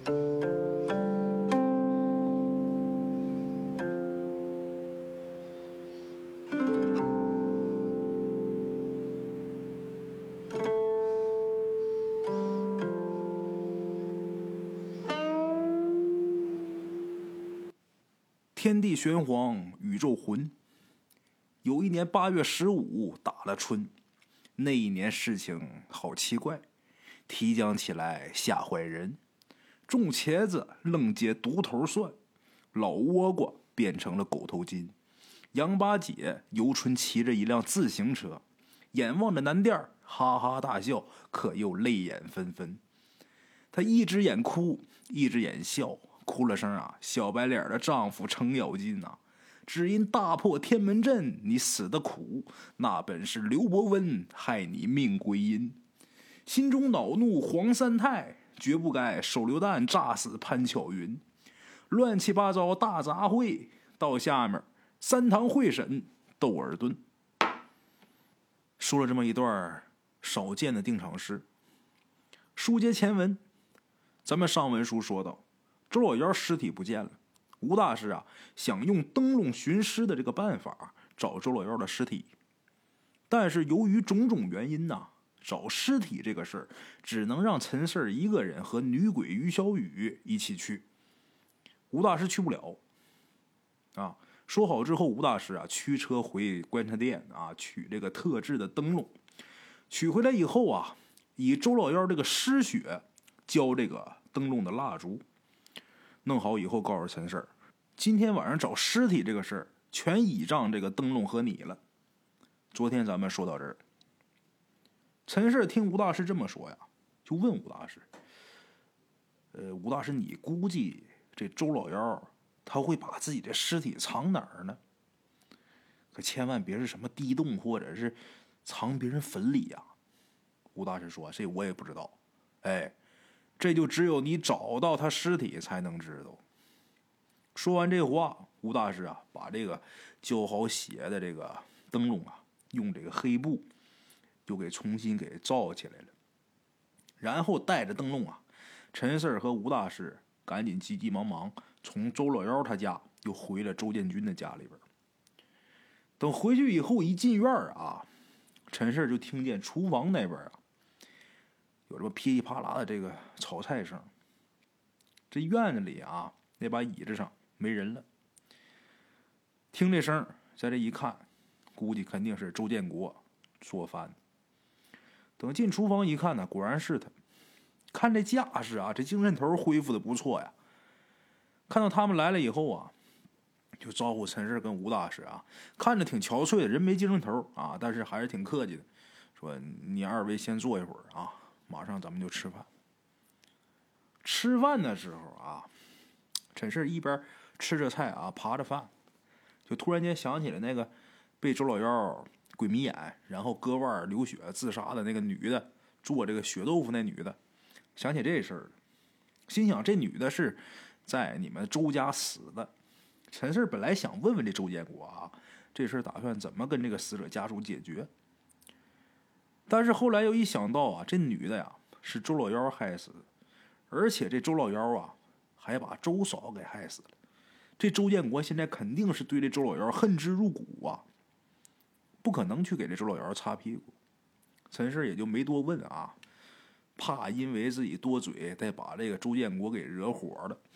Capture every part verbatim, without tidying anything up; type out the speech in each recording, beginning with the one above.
天地玄黄，宇宙浑。有一年八月十五打了春，那一年事情好奇怪，提讲起来吓坏人。种茄子愣接独头蒜，老倭瓜变成了狗头金。杨八姐游春骑着一辆自行车，眼望着南店哈哈大笑，可又泪眼纷纷。她一只眼哭，一只眼笑，哭了声啊，小白脸的丈夫程咬金啊，只因大破天门阵，你死得苦，那本是刘伯温害你命归阴。心中恼怒黄三太，绝不该手榴弹炸死潘巧云。乱七八糟大杂烩，到下面三堂会审窦尔敦。说了这么一段少见的定场诗。书接前文，咱们上文书说到周老幺尸体不见了，吴大师啊想用灯笼寻尸的这个办法找周老幺的尸体，但是由于种种原因呐、啊，找尸体这个事儿只能让陈四一个人和女鬼于小雨一起去，吴大师去不了啊。说好之后，吴大师啊驱车回观察店啊取这个特制的灯笼，取回来以后啊，以周老幺这个尸血浇这个灯笼的蜡烛，弄好以后告诉陈四，今天晚上找尸体这个事儿全倚仗这个灯笼和你了。昨天咱们说到这儿，陈四听吴大师这么说呀，就问吴大师，呃，吴大师，你估计这周老幺他会把自己的尸体藏哪儿呢？可千万别是什么地洞或者是藏别人坟里呀、啊。吴大师说，这我也不知道，哎，这就只有你找到他尸体才能知道。说完这话，吴大师啊把这个浇好血的这个灯笼啊用这个黑布就给重新给罩起来了，然后带着灯笼啊，陈四和吴大师赶紧急急忙忙从周老幺他家又回了周建军的家里边。等回去以后一进院啊，陈四就听见厨房那边啊有这么噼里啪啦的这个炒菜声。这院子里啊那把椅子上没人了，听这声在这一看，估计肯定是周建国做饭。等进厨房一看呢，果然是他。看这架势啊，这精神头恢复的不错呀。看到他们来了以后啊，就招呼陈氏跟吴大师啊，看着挺憔悴的，人没精神头啊，但是还是挺客气的，说你二位先坐一会儿啊，马上咱们就吃饭。吃饭的时候啊，陈氏一边吃着菜啊，扒着饭，就突然间想起了那个被周老幺鬼迷眼，然后割腕流血自杀的那个女的，做这个血豆腐那女的，想起这事儿了，心想这女的是在你们周家死的。陈氏本来想问问这周建国啊，这事儿打算怎么跟这个死者家属解决，但是后来又一想到啊，这女的呀是周老幺害死的，而且这周老幺啊还把周嫂给害死了，这周建国现在肯定是对这周老幺恨之入骨啊，不可能去给这周老幺擦屁股。陈氏也就没多问啊，怕因为自己多嘴再把这个周建国给惹火了。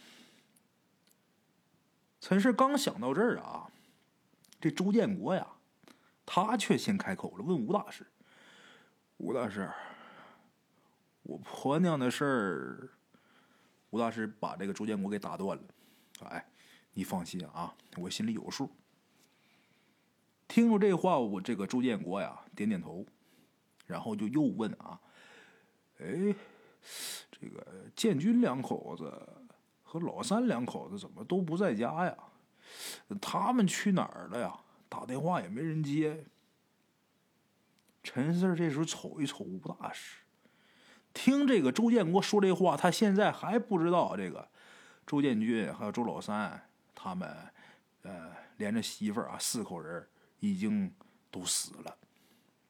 陈氏刚想到这儿啊，这周建国呀他却先开口了，问吴大师，吴大师，我婆娘的事儿。吴大师把这个周建国给打断了，哎，你放心啊，我心里有数。听了这话，我这个周建国呀点点头，然后就又问啊，哎，这个建军两口子和老三两口子怎么都不在家呀？他们去哪儿了呀？打电话也没人接。陈四这时候瞅一瞅吴大师，听这个周建国说这话，他现在还不知道这个周建军还有周老三他们呃连着媳妇儿啊四口人已经都死了。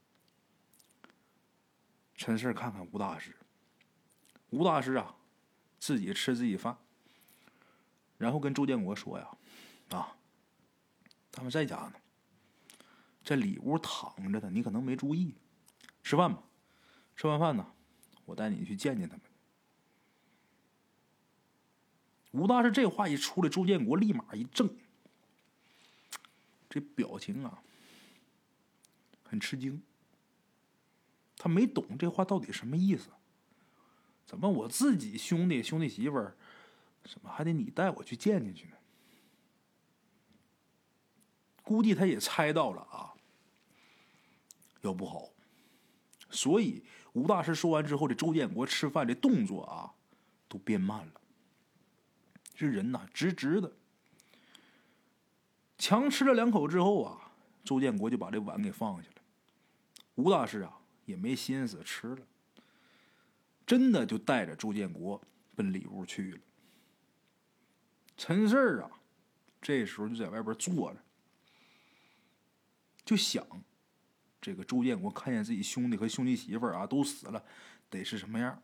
陈四看看吴大师，吴大师啊自己吃自己饭。然后跟周建国说呀，啊，他们在家呢，在里屋躺着呢，你可能没注意。吃饭吧，吃完饭呢，我带你去见见他们。吴大师这话一出来，周建国立马一怔，这表情啊，很吃惊。他没懂这话到底什么意思。怎么我自己兄弟兄弟媳妇儿，怎么还得你带我去见见去呢？估计他也猜到了啊，要不好。所以吴大师说完之后，这周建国吃饭这动作啊，都变慢了。这人呐，直直的。强吃了两口之后啊，周建国就把这碗给放下了。吴大师啊，也没心思吃了，真的就带着周建国奔里屋去了。陈四儿啊，这时候就在外边坐着，就想这个周建国看见自己兄弟和兄弟媳妇儿啊都死了，得是什么样？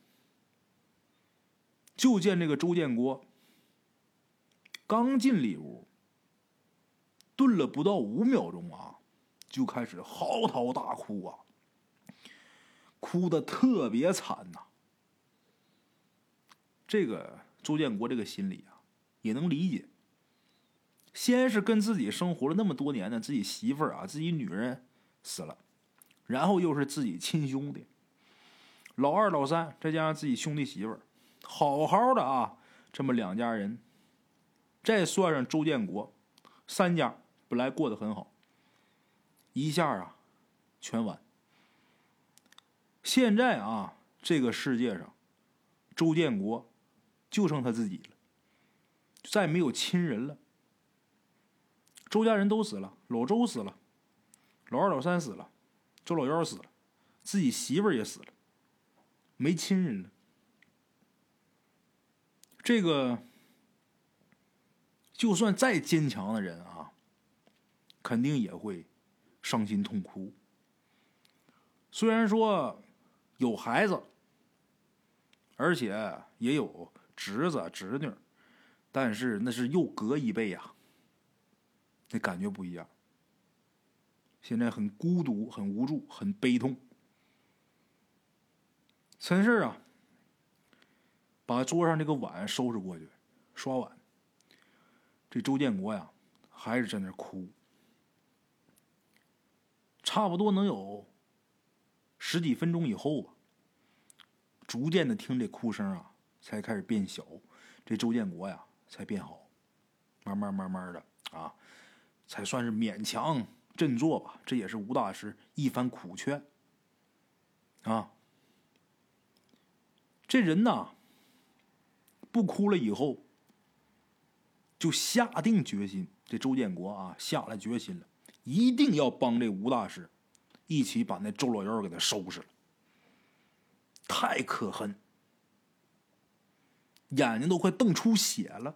就见这个周建国刚进里屋，顿了不到五秒钟啊，就开始嚎啕大哭啊，哭得特别惨呐、啊。这个周建国这个心里啊，也能理解。先是跟自己生活了那么多年的自己媳妇儿啊，自己女人死了，然后又是自己亲兄弟，老二老三，再加上自己兄弟媳妇儿，好好的啊，这么两家人，再算上周建国，三家本来过得很好，一下啊全完。现在啊，这个世界上，周建国就剩他自己了，再没有亲人了。周家人都死了，老周死了，老二老三死了，周老幺死了，自己媳妇儿也死了，没亲人了。这个就算再坚强的人啊，肯定也会伤心痛哭。虽然说有孩子，而且也有侄子侄女，但是那是又隔一辈啊，那感觉不一样。现在很孤独，很无助，很悲痛。陈氏啊，把桌上这个碗收拾过去，刷碗。这周建国呀，还是在那哭，差不多能有十几分钟以后吧，逐渐的听这哭声啊，才开始变小，这周建国呀才变好，慢慢慢慢的啊，才算是勉强振作吧。这也是吴大师一番苦劝啊。这人呐，不哭了以后，就下定决心，这周建国啊下了决心了，一定要帮这吴大师一起把那周老幺给他收拾了。太可恨，眼睛都快瞪出血了。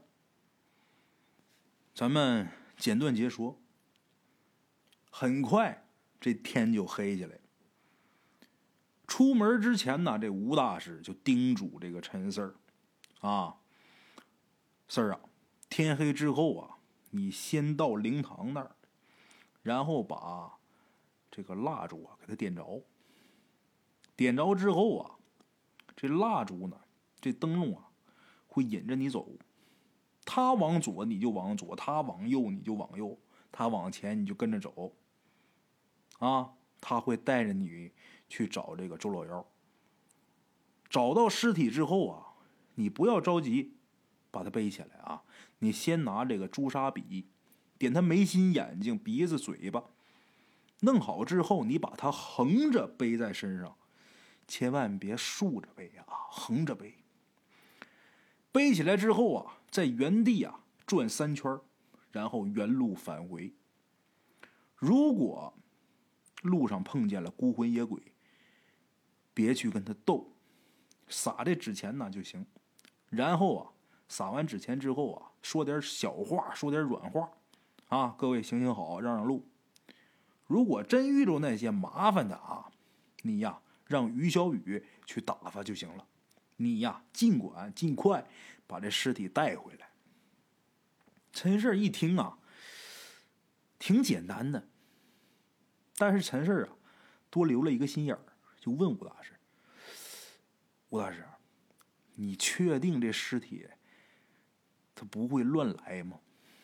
咱们简短截说，很快这天就黑下来了。出门之前呢，这吴大师就叮嘱这个陈四儿啊，四儿啊，天黑之后啊，你先到灵堂那儿，然后把这个蜡烛啊给它点着。点着之后啊，这蜡烛呢，这灯笼啊，会引着你走。他往左你就往左，他往右你就往右，他往前你就跟着走。啊，他会带着你去找这个周老幺。找到尸体之后啊，你不要着急把它背起来啊，你先拿这个朱砂笔点他眉心、眼睛、鼻子、嘴巴，弄好之后，你把它横着背在身上，千万别竖着背啊，横着背。背起来之后啊，在原地啊转三圈，然后原路返回。如果路上碰见了孤魂野鬼，别去跟他斗，撒这纸钱呢就行。然后啊，撒完纸钱之后啊，说点小话，说点软话啊，各位行行好，让让路。如果真遇着那些麻烦的啊，你呀让于小雨去打发就行了， 你呀，尽管尽快把这尸体带回来。陈氏一听啊，挺简单的，但是陈氏啊，多留了一个心眼儿，就问吴大师：“吴大师，你确定这尸体他不会乱来吗？”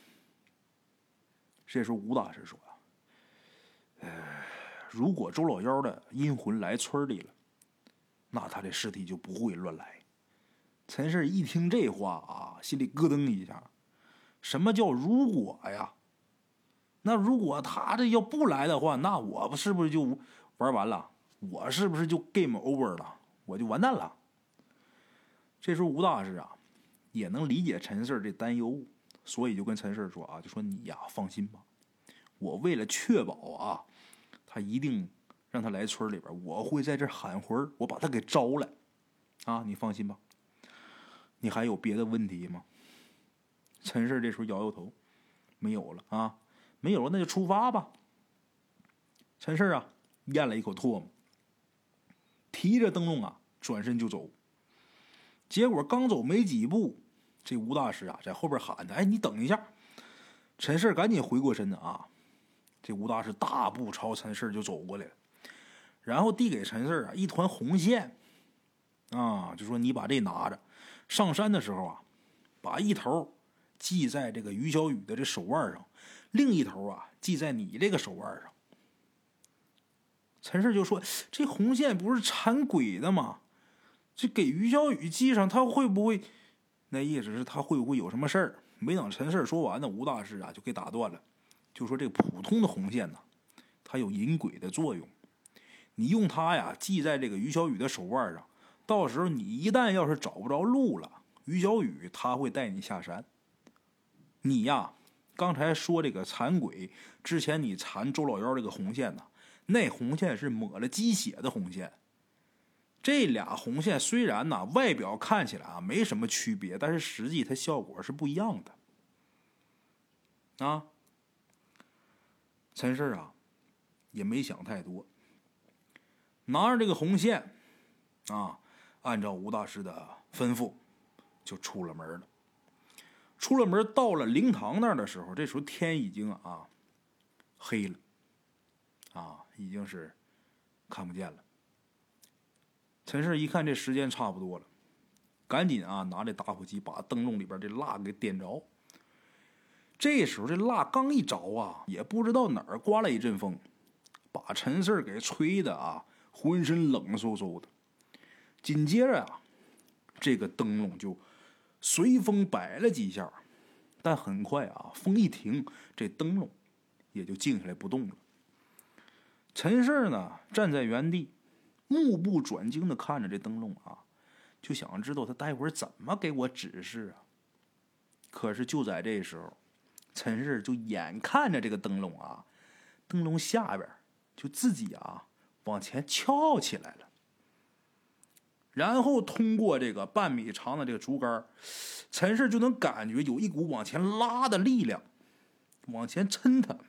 这时候吴大师说：“呃，如果周老幺的阴魂来村里了，那他这尸体就不会乱来。”陈氏一听这话啊，心里咯噔一下。什么叫如果呀？那如果他这要不来的话，那我是不是就玩完了？我是不是就 game over 了？我就完蛋了。这时候吴大师啊，也能理解陈氏这担忧，所以就跟陈氏说啊，就说你呀放心吧，我为了确保啊，他一定让他来村里边，我会在这喊魂，我把他给招来啊，你放心吧。你还有别的问题吗？陈氏这时候摇摇头，没有了啊，没有了，那就出发吧。陈氏啊，咽了一口唾沫，提着灯笼啊，转身就走。结果刚走没几步，这吴大师啊，在后边喊他：“哎，你等一下！”陈氏赶紧回过身子啊，这吴大师大步朝陈氏就走过来了，然后递给陈氏啊一团红线，啊，就说：“你把这拿着，上山的时候啊，把一头系在这个于小雨的这手腕上，另一头啊系在你这个手腕上。”陈氏就说：“这红线不是缠鬼的吗？这给于小雨系上，他会不会？那意思是他会不会有什么事儿？”没等陈氏说完呢，吴大师啊就给打断了，就说：“这个普通的红线呢，它有引鬼的作用，你用它呀系在这个于小雨的手腕上，到时候你一旦要是找不着路了，于小雨他会带你下山。你呀，刚才说这个缠鬼，之前你缠周老幺这个红线呢，那红线是抹了鸡血的红线。这俩红线虽然呢外表看起来啊没什么区别，但是实际它效果是不一样的。”啊，陈氏啊也没想太多，拿着这个红线啊，按照吴大师的吩咐就出了门了。出了门到了灵堂那儿的时候，这时候天已经啊黑了，啊已经是看不见了。陈氏一看这时间差不多了，赶紧啊拿这打火机把灯笼里边这蜡给点着。这时候这蜡刚一着啊，也不知道哪儿刮了一阵风，把陈氏给吹的啊浑身冷飕飕的。紧接着啊，这个灯笼就随风摆了几下，但很快啊风一停，这灯笼也就静下来不动了。陈氏呢站在原地，目不转睛的看着这灯笼啊，就想知道他待会儿怎么给我指示啊。可是就在这时候，陈氏就眼看着这个灯笼啊，灯笼下边就自己啊往前翘起来了，然后通过这个半米长的这个竹竿，陈氏就能感觉有一股往前拉的力量，往前抻它。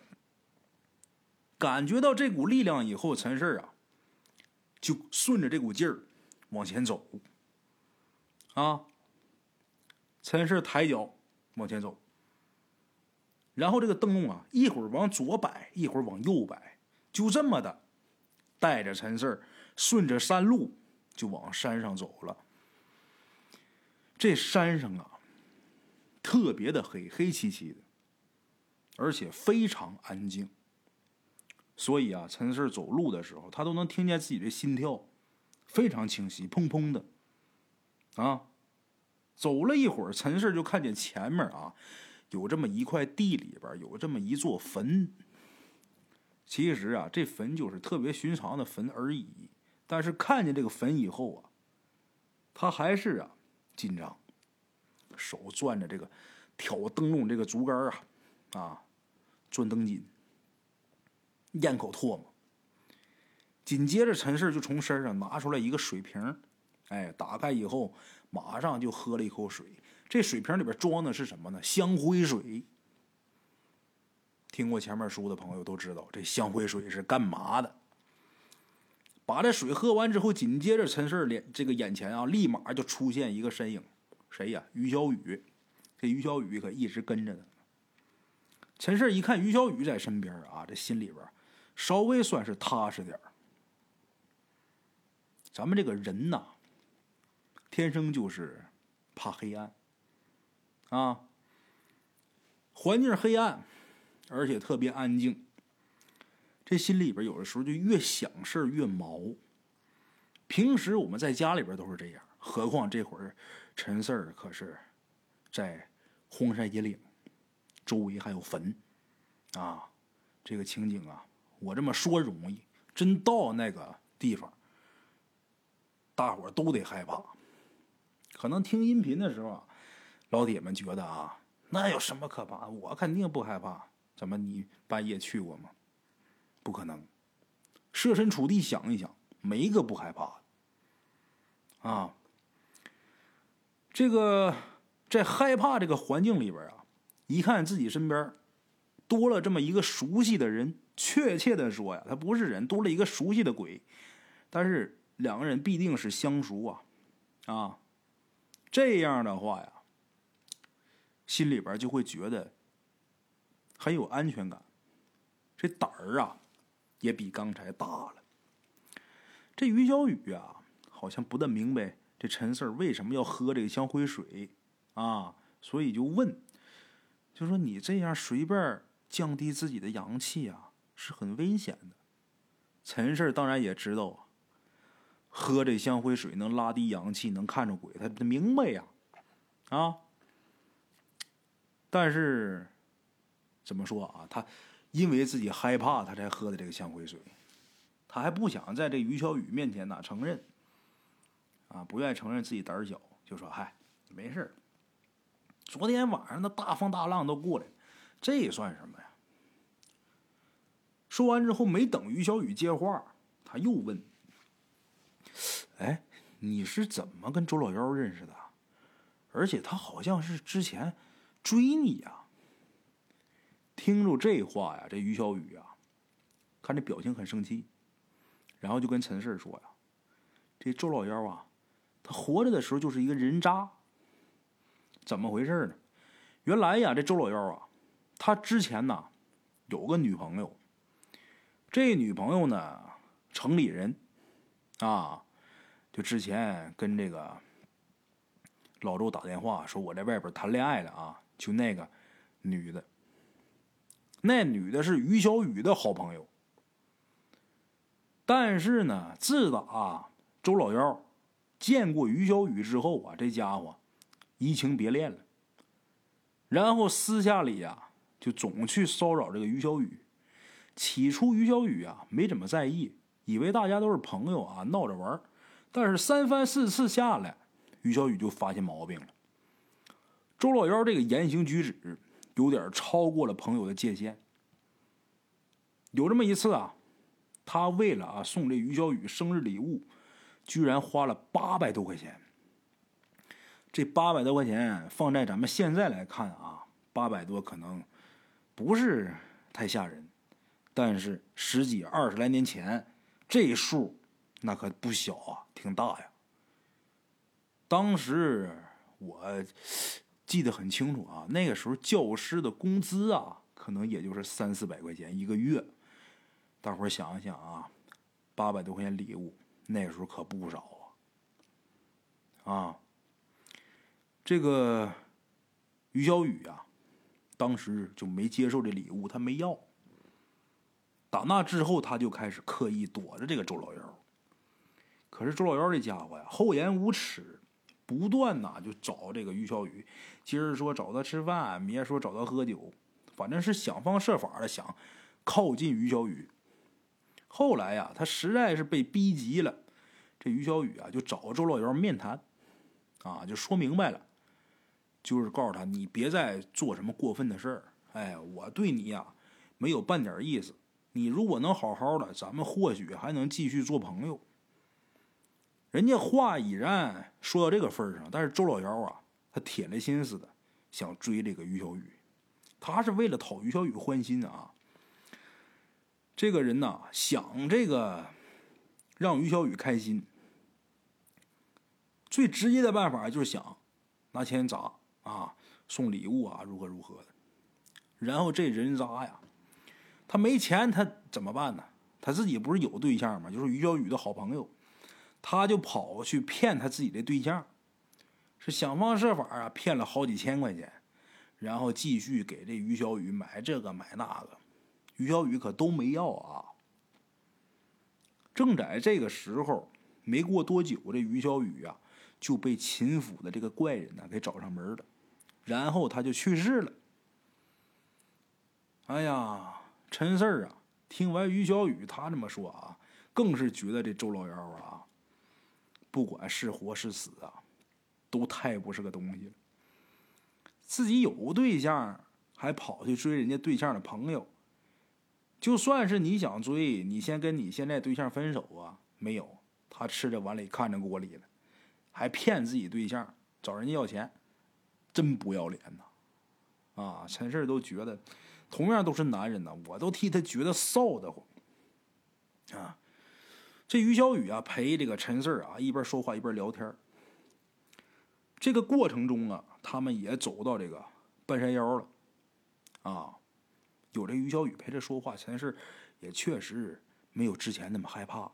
感觉到这股力量以后，陈氏啊就顺着这股劲儿往前走。啊，陈氏抬脚往前走，然后这个灯笼啊一会儿往左摆，一会儿往右摆，就这么的带着陈氏顺着山路就往山上走了。这山上啊特别的黑，黑漆漆的，而且非常安静。所以啊，陈氏走路的时候，他都能听见自己的心跳，非常清晰，砰砰的。啊，走了一会儿，陈氏就看见前面啊，有这么一块地里边有这么一座坟。其实啊，这坟就是特别寻常的坟而已。但是看见这个坟以后啊，他还是啊紧张，手攥着这个挑灯笼这个竹竿啊，啊，攥灯筋。咽口唾沫，紧接着陈氏就从身上拿出来一个水瓶，哎，打开以后马上就喝了一口水。这水瓶里边装的是什么呢？香灰水。听过前面书的朋友都知道，这香灰水是干嘛的？ 把这水喝完之后，紧接着陈四脸这个眼前啊，立马就出现一个身影，谁呀？于小雨。这于小雨可一直跟着他。陈四一看于小雨在身边啊，这心里边稍微算是踏实点。咱们这个人呐，天生就是怕黑暗啊，环境黑暗，而且特别安静，这心里边有的时候就越想事儿越毛。平时我们在家里边都是这样，何况这会儿陈四儿可是在荒山野岭，周围还有坟啊，这个情景啊，我这么说容易，真到那个地方，大伙儿都得害怕。可能听音频的时候啊，老铁们觉得啊，那有什么可怕？我肯定不害怕。怎么你半夜去过吗？不可能。设身处地想一想，没一个不害怕的啊。这个在害怕这个环境里边啊，一看自己身边多了这么一个熟悉的人，确切的说呀，他不是人，多了一个熟悉的鬼。但是两个人必定是相熟啊，啊，这样的话呀，心里边就会觉得很有安全感，这胆儿啊也比刚才大了。这于小雨啊，好像不大明白这陈四为什么要喝这个香灰水啊，所以就问，就说你这样随便降低自己的阳气啊，是很危险的。陈四当然也知道啊，喝这香灰水能拉低阳气，能看着鬼，他他明白呀，啊。但是怎么说啊？他因为自己害怕，他才喝的这个香灰水，他还不想在这于小雨面前哪承认，啊，不愿意承认自己胆小，就说：“嗨，没事，昨天晚上那大风大浪都过来了，这算什么呀？”说完之后，没等于小雨接话，他又问：“哎，你是怎么跟周老幺认识的？而且他好像是之前追你呀。”听着这话呀，这于小雨啊，看这表情很生气，然后就跟陈四说呀：“这周老幺啊，他活着的时候就是一个人渣。怎么回事呢？原来呀，这周老幺啊，他之前呢有个女朋友，这女朋友呢城里人啊，就之前跟这个老周打电话说我在外边谈恋爱了啊，就那个女的。那女的是于小雨的好朋友，但是呢，自打周老幺见过于小雨之后啊，这家伙移情别恋了，然后私下里啊就总去骚扰这个于小雨。起初于小雨啊没怎么在意，以为大家都是朋友啊，闹着玩。但是三番四次下来，于小雨就发现毛病了。周老幺这个言行举止有点超过了朋友的界限。有这么一次啊，他为了啊送这于小雨生日礼物，居然花了八百多块钱。这八百多块钱放在咱们现在来看啊，八百多可能不是太吓人，但是十几二十来年前，这数那可不小啊，挺大呀。当时我记得很清楚啊，那个时候教师的工资啊，可能也就是三四百块钱一个月。大伙儿想一想啊，八百多块钱礼物，那个时候可不少啊。啊，这个于小雨啊，当时就没接受这礼物，他没要。打那之后，他就开始刻意躲着这个周老幺。可是周老幺这家伙呀，厚颜无耻，不断呐就找这个于小雨，今儿说找他吃饭，明儿说找他喝酒，反正是想方设法的想靠近于小雨。后来呀，他实在是被逼急了，这于小雨啊就找周老幺面谈，啊，就说明白了，就是告诉他你别再做什么过分的事儿。哎，我对你呀没有半点意思，你如果能好好的，咱们或许还能继续做朋友。人家话已然说到这个份上，但是周老幺啊，他铁了心思的想追这个于小雨，他是为了讨于小雨欢心啊。这个人呐，想这个让于小雨开心。最直接的办法就是想拿钱砸啊，送礼物啊，如何如何的。然后这人渣呀，他没钱，他怎么办呢？他自己不是有对象吗？就是于小雨的好朋友，他就跑去骗他自己的对象，是想方设法啊，骗了好几千块钱，然后继续给这于小雨买这个买那个，于小雨可都没要啊。正在这个时候，没过多久，这于小雨啊就被秦府的这个怪人呢给找上门了，然后他就去世了。哎呀，陈四儿啊，听完于小雨他这么说啊，更是觉得这周老幺啊，不管是活是死啊，都太不是个东西了。自己有对象，还跑去追人家对象的朋友。就算是你想追，你先跟你现在对象分手啊？没有，他吃着碗里看着锅里了，还骗自己对象找人家要钱，真不要脸呐！啊，陈氏都觉得，同样都是男人呐，我都替他觉得臊得慌啊！这于小雨啊，陪这个陈氏啊，一边说话一边聊天。这个过程中啊，他们也走到这个半山腰了啊。有这于小雨陪着说话，陈氏也确实没有之前那么害怕了。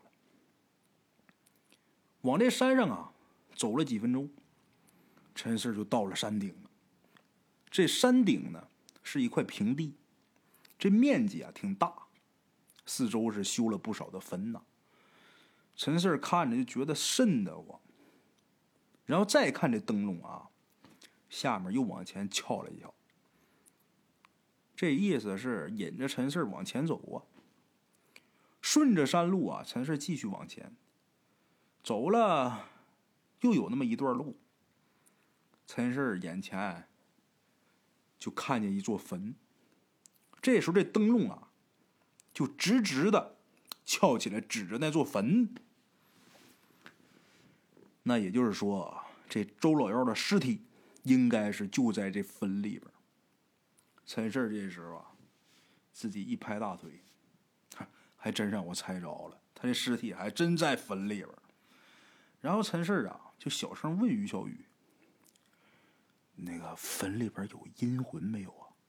往这山上啊走了几分钟，陈氏就到了山顶了。这山顶呢是一块平地，这面积啊挺大，四周是修了不少的坟呐。陈氏看着就觉得瘆得慌，然后再看这灯笼啊，下面又往前翘了一翘。这意思是引着陈氏往前走啊。顺着山路啊，陈氏继续往前走了，又有那么一段路，陈氏眼前就看见一座坟。这时候这灯笼啊，就直直的翘起来，指着那座坟。那也就是说，这周老幺的尸体应该是就在这坟里边。陈氏这时候啊，自己一拍大腿，还真让我猜着了，他这尸体还真在坟里边。然后陈氏啊，就小声问于小雨：“那个坟里边有阴魂没有啊？”“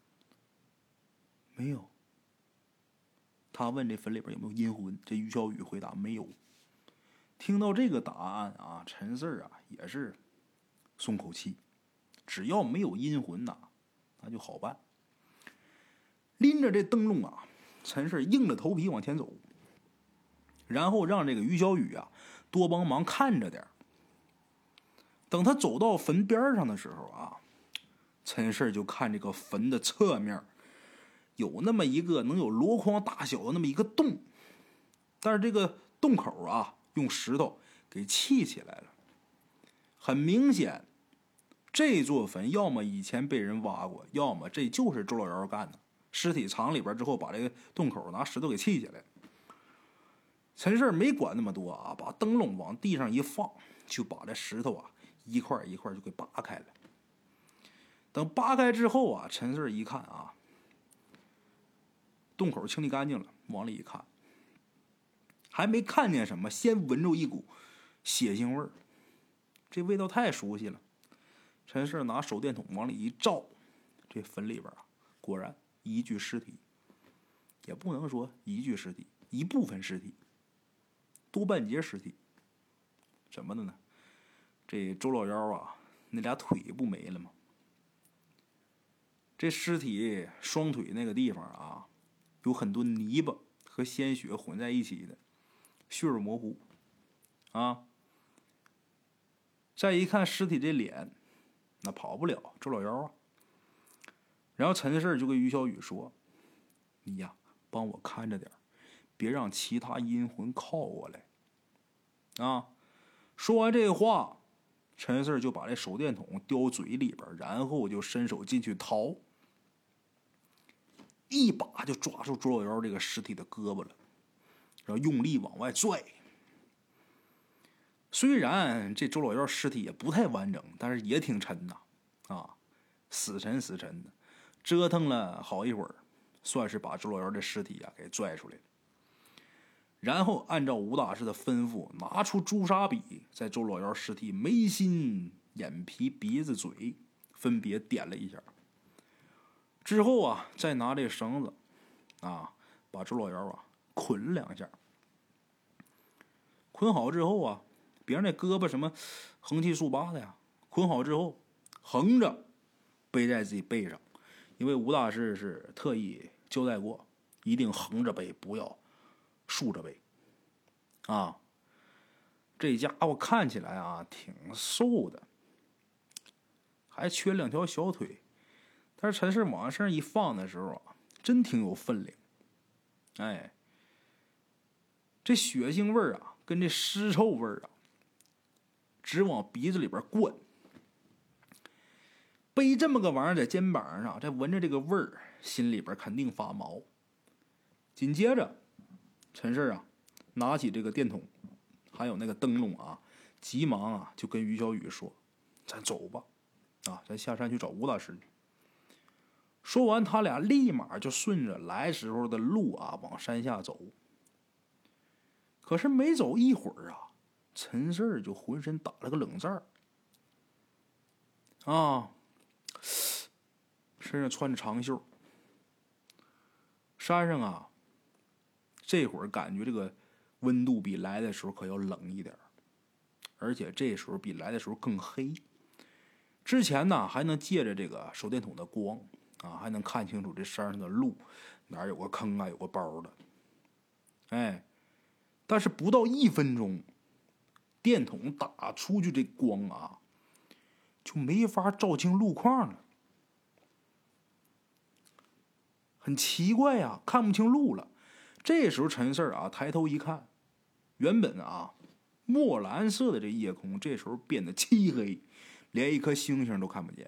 没有。”他问这坟里边有没有阴魂，这于小雨回答：“没有。”听到这个答案啊，陈氏啊也是松口气，只要没有阴魂呐、啊，那就好办。拎着这灯笼啊，陈氏硬着头皮往前走，然后让这个于小雨啊多帮忙看着点。等他走到坟边上的时候啊，陈氏就看这个坟的侧面有那么一个能有箩筐大小的那么一个洞，但是这个洞口啊用石头给砌起来了。很明显，这座坟要么以前被人挖过，要么这就是周老幺干的。尸体藏里边之后，把这个洞口拿石头给砌起来。陈氏没管那么多啊，把灯笼往地上一放，就把这石头啊一块一块就给扒开了。等扒开之后啊，陈氏一看啊，洞口清理干净了，往里一看，还没看见什么，先闻着一股血腥味儿，这味道太熟悉了。陈氏拿手电筒往里一照，这坟里边啊，果然一具尸体，也不能说一具尸体，一部分尸体，多半截尸体。怎么的呢？这周老幺啊，那俩腿不没了吗？这尸体双腿那个地方啊，有很多泥巴和鲜血混在一起的，血肉模糊啊。再一看尸体这脸，那跑不了周老幺啊。然后陈氏就跟于小雨说：“你呀，帮我看着点，别让其他阴魂靠过来。”啊，说完这话，陈氏就把这手电筒叼嘴里边，然后就伸手进去掏，一把就抓住周老幺这个尸体的胳膊了，然后用力往外拽。虽然这周老幺尸体也不太完整，但是也挺沉呐，啊，死沉死沉的，折腾了好一会儿，算是把周老幺的尸体啊给拽出来了。 然后按照吴大师的吩咐，拿出朱砂笔，在周老幺尸体眉心、眼皮、鼻子、嘴分别点了一下。之后啊，再拿这绳子啊，把周老幺啊捆两下。捆好之后啊，别人那胳膊什么横七竖八的呀，捆好之后横着背在自己背上，因为吴大师是特意交代过，一定横着背，不要竖着背啊。这家伙看起来啊挺瘦的，还缺两条小腿，但是陈氏往身上一放的时候啊，真挺有分量。哎，这血腥味儿啊，跟这尸臭味儿啊，直往鼻子里边灌。背这么个玩意儿在肩膀上，再闻着这个味儿，心里边肯定发毛。紧接着，陈氏啊，拿起这个电筒，还有那个灯笼啊，急忙啊就跟于小雨说：“咱走吧，啊，咱下山去找吴大师去。”说完，他俩立马就顺着来时候的路啊往山下走。可是没走一会儿啊，陈氏就浑身打了个冷战啊，身上穿着长袖。山上啊，这会儿感觉这个温度比来的时候可要冷一点，而且这时候比来的时候更黑。之前呢，还能借着这个手电筒的光啊，还能看清楚这山上的路，哪儿有个坑啊，有个包的。哎，但是不到一分钟，电筒打出去这光啊，就没法照清路况了。很奇怪呀、啊，看不清路了。这时候陈四啊抬头一看，原本啊墨蓝色的这夜空，这时候变得漆黑，连一颗星星都看不见。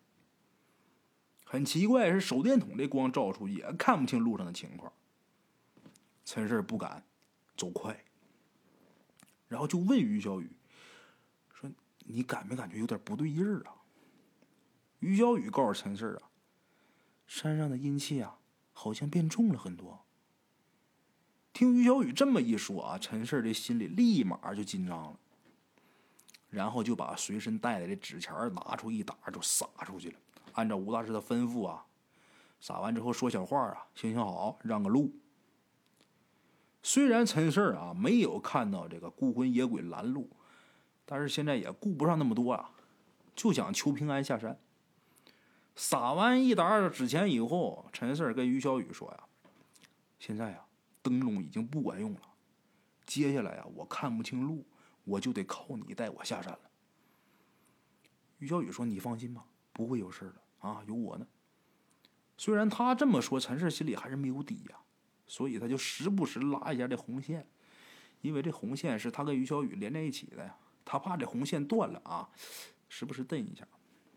很奇怪，是手电筒这光照出去也看不清路上的情况。陈四不敢走快，然后就问于小雨说：“你感没感觉有点不对劲儿啊？”于小雨告诉陈四啊：“山上的阴气啊，好像变重了很多。”听于小雨这么一说啊，陈四这心里立马就紧张了，然后就把随身带的这纸钱拿出一沓就撒出去了。按照吴大师的吩咐啊，撒完之后说小话啊，行行好，让个路。虽然陈四啊没有看到这个孤魂野鬼拦路，但是现在也顾不上那么多啊，就想求平安下山。撒完一沓纸钱以后，陈四跟于小雨说呀：“现在啊，灯笼已经不管用了，接下来啊，我看不清路，我就得靠你带我下山了。”于小雨说：“你放心吧，不会有事的啊，有我呢。”虽然他这么说，陈氏心里还是没有底呀、啊，所以他就时不时拉一下这红线，因为这红线是他跟于小雨连在一起的呀，他怕这红线断了啊，时不时蹬一下。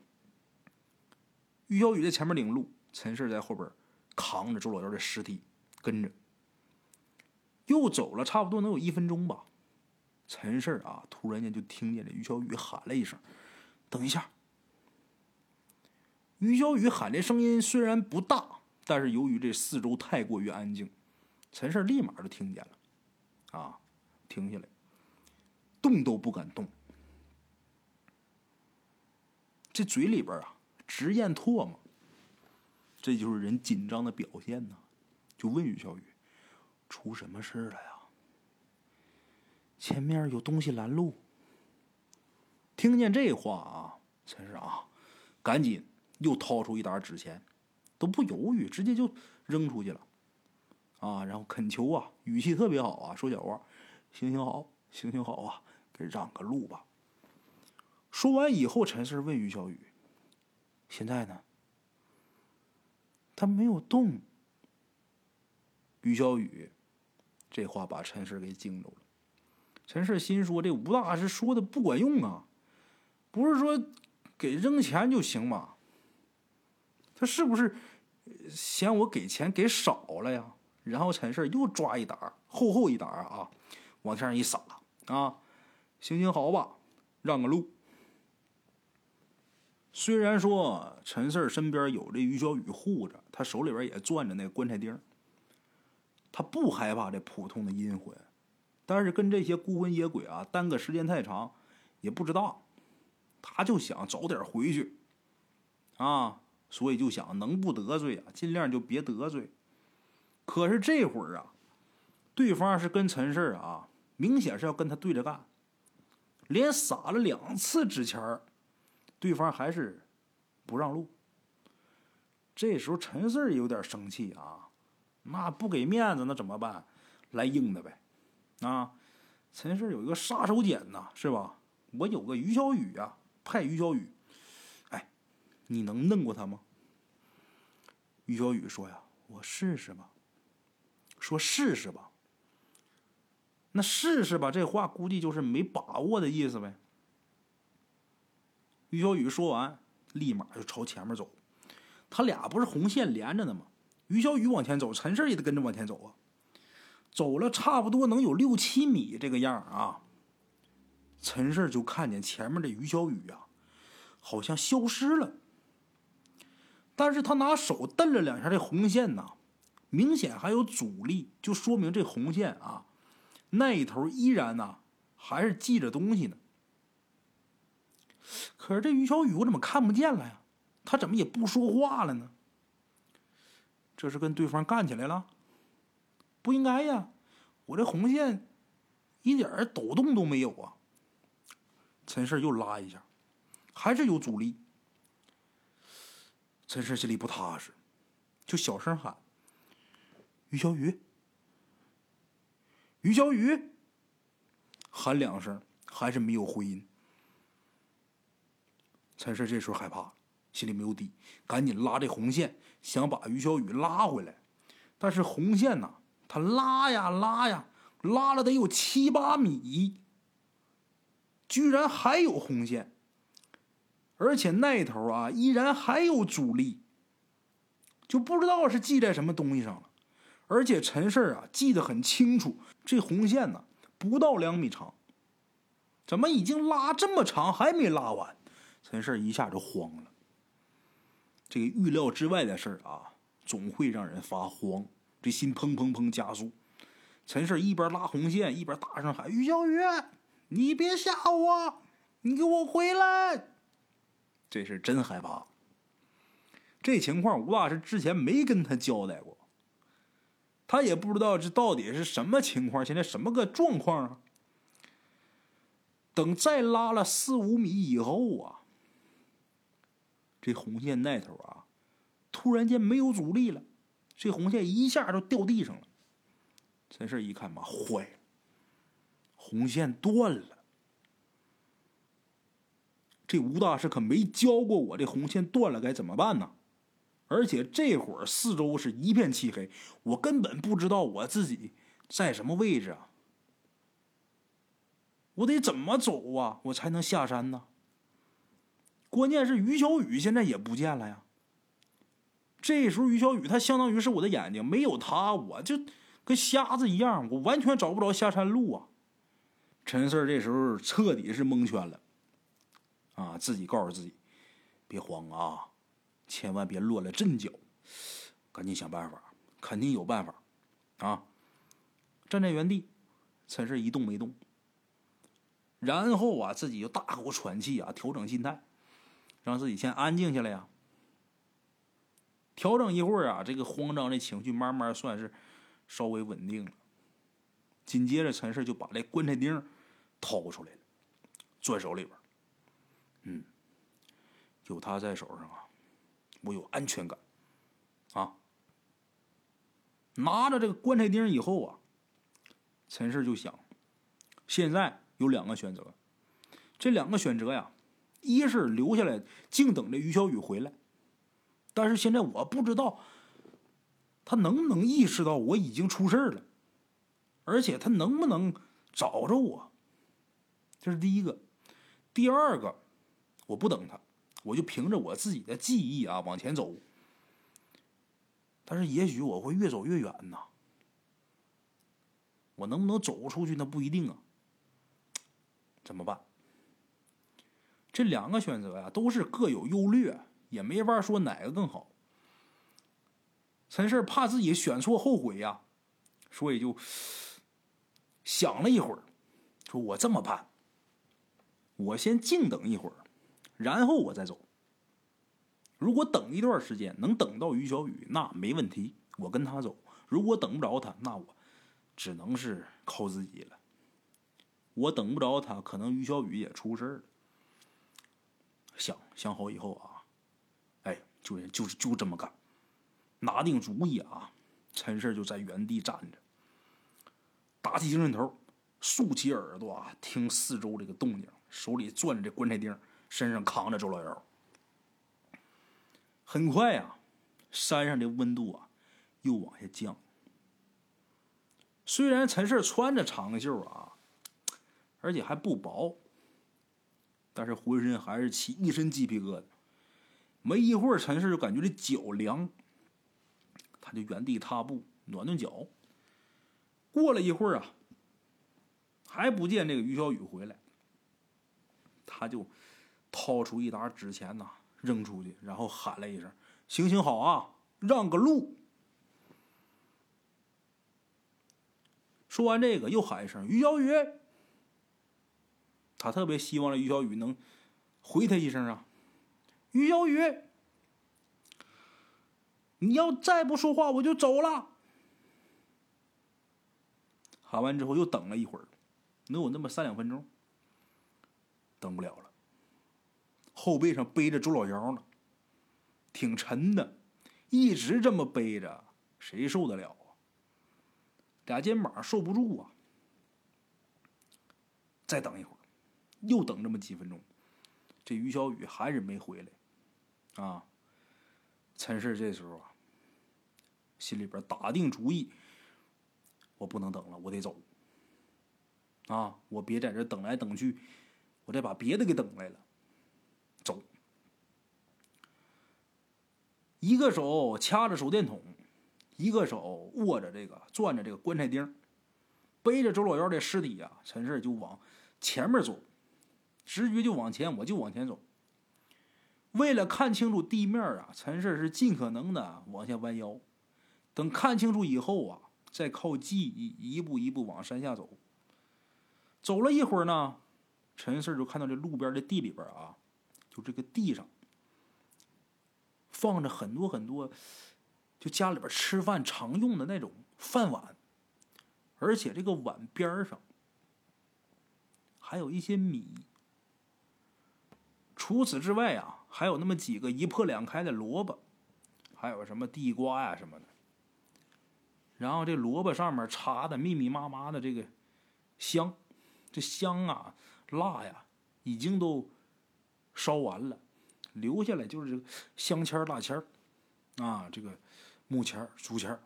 于小雨在前面领路，陈氏在后边扛着周老幺的尸体跟着。又走了差不多能有一分钟吧，陈氏啊突然间就听见这于小雨喊了一声：“等一下！”于小雨喊这声音虽然不大，但是由于这四周太过于安静，陈氏立马就听见了，啊，停下来，动都不敢动，这嘴里边啊直咽唾沫，这就是人紧张的表现呢。就问于小雨：“出什么事了呀？前面有东西拦路。”听见这话啊，陈氏啊赶紧又掏出一沓纸钱，都不犹豫，直接就扔出去了啊！然后恳求啊，语气特别好啊，说小话：“行行好，行行好啊，给让个路吧。”说完以后，陈氏问于小雨：“现在呢？”他没有动。于小雨这话把陈氏给惊着了。陈氏心说：“这吴大师说的不管用啊，不是说给扔钱就行吗？他是不是嫌我给钱给少了呀？”然后陈氏又抓一沓厚厚一沓啊，往天上一撒啊，行行好吧，让个路。虽然说陈氏身边有这于小雨护着，他手里边也攥着那个棺材钉，他不害怕这普通的阴魂， 但是跟这些孤魂野鬼啊耽搁时间太长，也不知道，他就想早点回去啊，所以就想能不得罪啊，尽量就别得罪。可是这会儿啊，对方是跟陈氏啊，明显是要跟他对着干，连撒了两次纸钱儿，对方还是不让路。这时候陈氏有点生气啊，那不给面子那怎么办？来硬的呗。啊，陈氏有一个杀手锏呐，是吧？我有个于小雨啊，派于小雨，哎，你能弄过他吗？于小雨说呀，我试试吧。说试试吧，那试试吧，这话估计就是没把握的意思呗。于小雨说完，立马就朝前面走。他俩不是红线连着的吗？于小雨往前走，陈氏也得跟着往前走啊。走了差不多能有六七米这个样啊，陈氏就看见前面的于小雨啊，好像消失了。但是他拿手蹬了两下这红线呐，明显还有阻力，就说明这红线啊，那一头依然呐、啊、还是系着东西呢。可是这于小雨我怎么看不见了呀？他怎么也不说话了呢？这是跟对方干起来了？不应该呀，我这红线一点抖动都没有啊。陈氏又拉一下，还是有阻力。陈氏心里不踏实，就小声喊：“于小雨，于小雨！”喊两声，还是没有回音。陈氏这时候害怕了，心里没有底，赶紧拉这红线，想把于小雨拉回来。但是红线呐、啊，他拉呀拉呀，拉了得有七八米，居然还有红线，而且那头啊依然还有阻力，就不知道是系在什么东西上了。而且陈氏啊记得很清楚，这红线呢、啊、不到两米长，怎么已经拉这么长还没拉完？陈氏一下就慌了。这个预料之外的事啊，总会让人发慌，这心砰砰砰加速。陈氏一边拉红线，一边大声喊：“于小雨，你别吓我，你给我回来！”这是真害怕。这情况吴大师之前没跟他交代过，他也不知道这到底是什么情况，现在什么个状况啊？等再拉了四五米以后啊，这红线那头啊，突然间没有阻力了，这红线一下就掉地上了。陈氏一看嘛，坏了，红线断了。这吴大师可没教过我，这红线断了该怎么办呢？而且这会儿四周是一片漆黑，我根本不知道我自己在什么位置啊！我得怎么走啊，我才能下山呢？关键是于小雨现在也不见了呀。这时候于小雨他相当于是我的眼睛，没有他我就跟瞎子一样，我完全找不着下山路啊！陈四这时候彻底是蒙圈了啊，自己告诉自己别慌啊，千万别落了阵脚，赶紧想办法，肯定有办法啊！站在原地，陈四一动没动，然后啊自己就大口喘气啊，调整心态，让自己先安静下来呀。调整一会儿啊，这个慌张的情绪慢慢算是稍微稳定了。紧接着陈氏就把这棺材钉掏出来了，攥手里边。嗯，有他在手上啊，我有安全感啊。拿着这个棺材钉以后啊，陈氏就想，现在有两个选择。这两个选择呀，一是留下来静等着于小雨回来，但是现在我不知道他能不能意识到我已经出事了，而且他能不能找着我，这是第一个。第二个，我不等他，我就凭着我自己的记忆啊往前走，但是也许我会越走越远呐，我能不能走出去那不一定啊，怎么办？这两个选择呀、啊、都是各有优劣，也没法说哪个更好。陈氏怕自己选错后悔呀、啊，所以就想了一会儿，说我这么办，我先静等一会儿，然后我再走。如果等一段时间能等到于小雨，那没问题，我跟他走。如果等不着他，那我只能是靠自己了。我等不着他，可能于小雨也出事了。想想好以后啊，哎，就就是就这么干。拿定主意啊，陈氏就在原地站着，打起精神头，竖起耳朵啊，听四周这个动静，手里攥着这棺材钉，身上扛着周老幺。很快啊，山上的温度啊又往下降。虽然陈氏穿着长袖啊，而且还不薄，但是浑身还是起一身鸡皮疙瘩。没一会儿，陈氏就感觉这脚凉，他就原地踏步暖暖脚。过了一会儿啊，还不见这个于小雨回来，他就掏出一沓纸钱呐、啊，扔出去，然后喊了一声：“行行好啊，让个路。”说完这个，又喊一声：“于小雨。”他特别希望于小雨能回他一声啊：“于小雨，你要再不说话，我就走了。”喊完之后，又等了一会儿，能有那么三两分钟，等不了了。后背上背着周老幺呢，挺沉的，一直这么背着，谁受得了啊？俩肩膀受不住啊！再等一会儿，又等这么几分钟，这于小雨还是没回来啊！陈氏这时候啊，心里边打定主意，我不能等了，我得走啊！我别在这等来等去，我再把别的给等来了。走，一个手掐着手电筒，一个手握着这个攥着这个棺材钉，背着周老幺的尸体啊，陈氏就往前面走，直觉就往前，我就往前走。为了看清楚地面啊，陈氏是尽可能的往下弯腰，等看清楚以后啊，再靠记忆一步一步往山下走。走了一会儿呢，陈氏就看到这路边的地里边啊，就这个地上放着很多很多，就家里边吃饭常用的那种饭碗，而且这个碗边上还有一些米。除此之外啊，还有那么几个一破两开的萝卜，还有什么地瓜呀什么的。然后这萝卜上面插的密密麻麻的这个香，这香啊辣呀已经都烧完了，留下来就是这个香签辣签啊，这个木签竹签。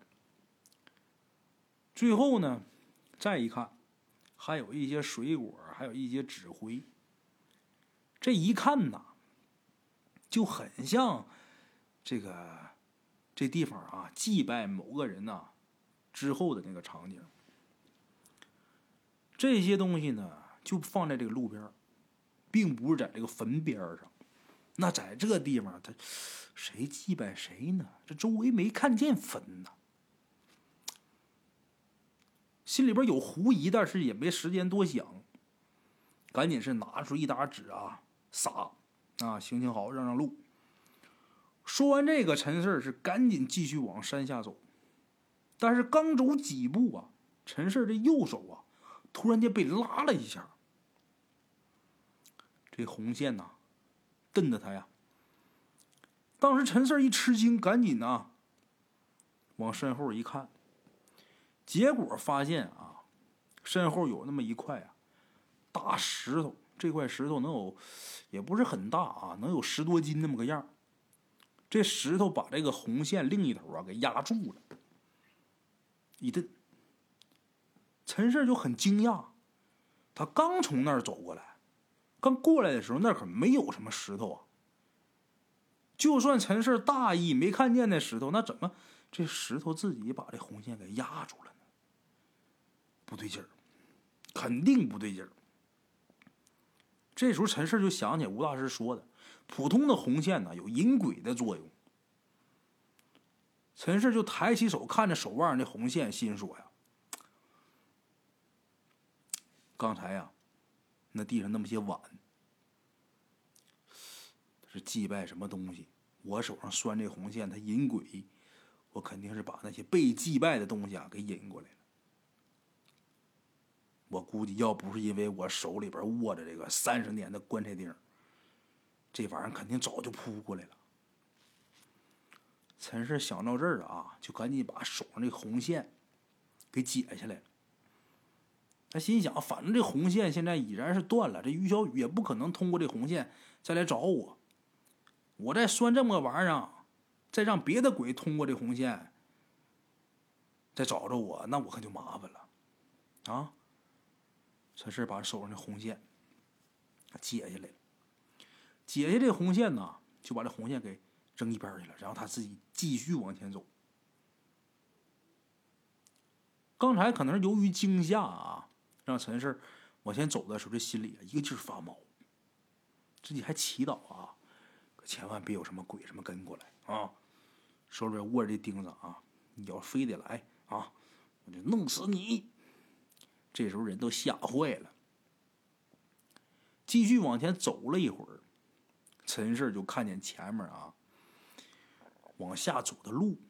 最后呢，再一看，还有一些水果，还有一些纸灰。这一看呐，就很像这个这地方啊祭拜某个人呐、啊、之后的那个场景。这些东西呢，就放在这个路边，并不是在这个坟边上。那在这个地方，他谁祭拜谁呢？这周围没看见坟呢。心里边有狐疑，但是也没时间多想，赶紧是拿出一沓纸啊，撒啊，行行好，让让路。说完这个，陈氏是赶紧继续往山下走，但是刚走几步啊，陈氏这右手啊，突然间被拉了一下。这红线呐、啊，瞪着他呀。当时陈氏一吃惊，赶紧啊往身后一看，结果发现啊，身后有那么一块啊大石头。这块石头能有，也不是很大啊，能有十多斤那么个样。这石头把这个红线另一头啊给压住了，一顿。陈氏就很惊讶，他刚从那儿走过来，刚过来的时候那可没有什么石头啊。就算陈氏大意没看见那石头，那怎么这石头自己把这红线给压住了呢？不对劲儿，肯定不对劲儿。这时候陈氏就想起吴大师说的，普通的红线呢有引鬼的作用。陈氏就抬起手看着手腕上的红线，心说呀， 刚才呀、啊，那地上那么些碗，是祭拜什么东西？我手上拴这红线，它引鬼，我肯定是把那些被祭拜的东西啊给引过来了。我估计要不是因为我手里边握着这个三十年的棺材钉，这玩意儿肯定早就扑过来了。陈氏想到这儿啊，就赶紧把手上这红线给解下来了。他心想，反正这红线现在已然是断了，这于小雨也不可能通过这红线再来找我。我再拴这么个玩意儿，再让别的鬼通过这红线再找着我，那我可就麻烦了啊！陈氏把手上的红线解下来了，解下这红线呢，就把这红线给扔一边去了，然后他自己继续往前走。刚才可能是由于惊吓啊，让陈氏往前走的时候，这心里啊一个劲儿发毛，自己还祈祷啊，可千万别有什么鬼什么跟过来啊！手里边握着这钉子啊，你要非得来啊，我就弄死你！这时候人都吓坏了。继续往前走了一会儿，陈氏就看见前面啊，往下走的路。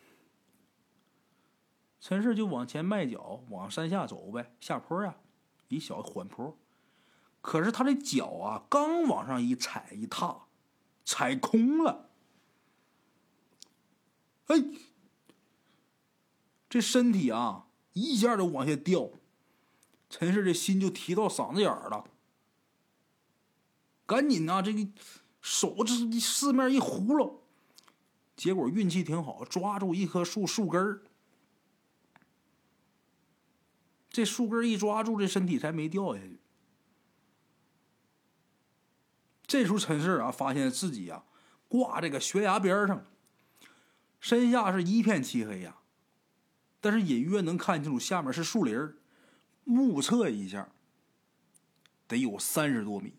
陈氏就往前迈脚，往山下走呗，下坡啊，一小缓坡。可是他的脚啊，刚往上一踩一踏，踩空了。哎，这身体啊，一下就往下掉。陈氏这心就提到嗓子眼儿了，赶紧啊，这个手这四面一葫芦，结果运气挺好，抓住一棵树树根儿。这树根一抓住，这身体才没掉下去。这时候陈氏啊，发现自己啊挂这个悬崖边上，身下是一片漆黑呀、啊，但是隐约能看清楚下面是树林。目测一下，得有三十多米。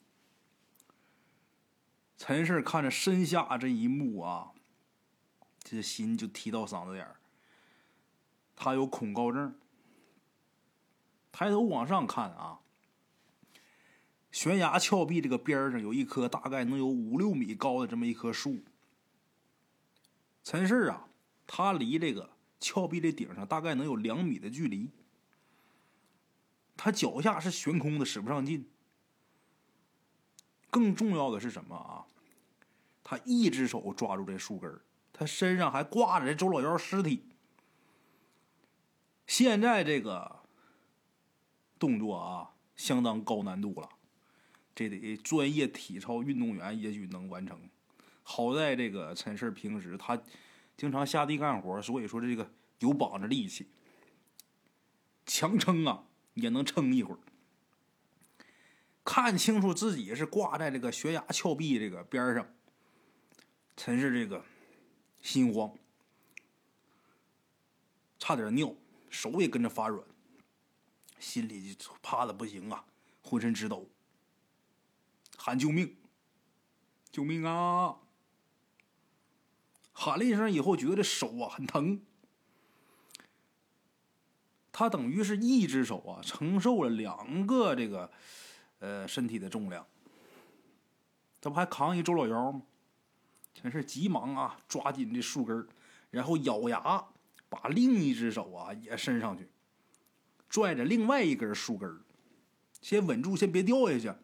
陈氏看着身下这一幕啊，这心就提到嗓子眼儿。他有恐高症，抬头往上看啊，悬崖峭壁这个边上有一棵大概能有五六米高的这么一棵树。陈氏啊，他离这个峭壁的顶上大概能有两米的距离。他脚下是悬空的，使不上劲。更重要的是什么啊？他一只手抓住这树根，他身上还挂着这周老幺尸体。现在这个动作啊，相当高难度了，这得专业体操运动员也许能完成。好在这个陈氏平时他经常下地干活，所以说这个有膀子力气，强撑啊也能撑一会儿。看清楚自己是挂在这个悬崖峭壁这个边上，陈氏这个心慌，差点尿，手也跟着发软，心里就怕的不行啊，浑身直抖，喊救命，救命啊！喊了一声以后，觉得这手啊很疼。他等于是一只手啊承受了两个这个呃身体的重量，这不还扛一周老腰吗？陈氏急忙啊抓紧这树根，然后咬牙把另一只手啊也伸上去，拽着另外一根树根，先稳住，先别掉下去。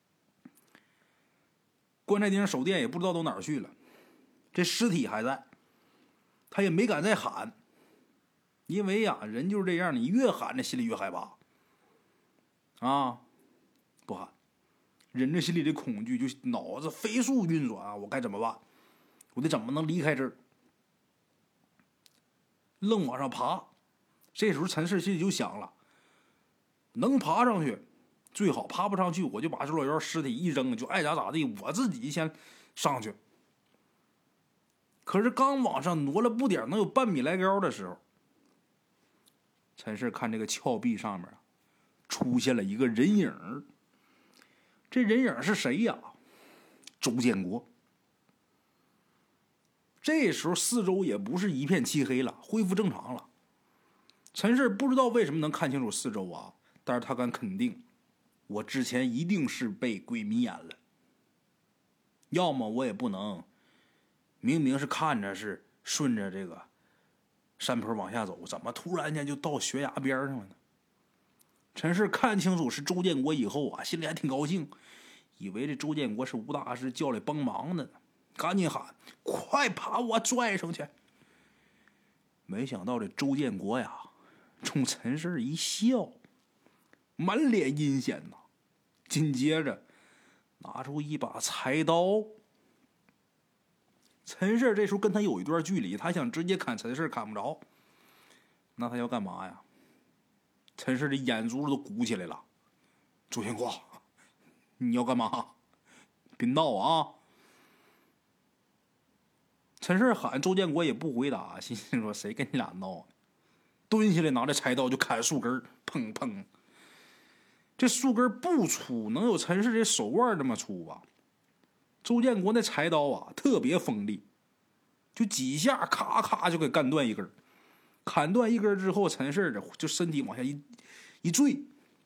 棺材钉手电也不知道到哪儿去了，这尸体还在，他也没敢再喊，因为呀、啊，人就是这样，你越喊，这心里越害怕啊！不喊，人这心里的恐惧就脑子飞速运转啊！我该怎么办？我得怎么能离开这儿？愣往上爬。这时候陈氏心里就想了，能爬上去最好，爬不上去我就把周老幺尸体一扔，就爱咋咋地，我自己先上去。可是刚往上挪了不点，能有半米来高的时候，陈氏看这个峭壁上面出现了一个人影。这人影是谁呀？周建国。这时候四周也不是一片漆黑了，恢复正常了。陈氏不知道为什么能看清楚四周啊，但是他敢肯定， 我之前一定是被鬼迷眼了，要么我也不能明明是看着是顺着这个山坡往下走，怎么突然间就到悬崖边上了呢？陈氏看清楚是周建国以后啊，心里还挺高兴，以为这周建国是吴大师叫来帮忙的呢，赶紧喊：“快把我拽上去！”没想到这周建国呀，冲陈氏一笑，满脸阴险呐，紧接着拿出一把柴刀。陈氏这时候跟他有一段距离，他想直接砍陈氏，砍不着，那他要干嘛呀？陈氏的眼珠子都鼓起来了。周建国，你要干嘛？别闹啊！陈氏喊，周建国也不回答，心想说谁跟你俩闹呢？蹲下来拿着柴刀就砍树根，砰砰。这树根不粗，能有陈氏这手腕这么粗吧？周建国那柴刀啊特别锋利，就几下咔咔就给干断一根。砍断一根之后，陈氏就身体往下一一坠。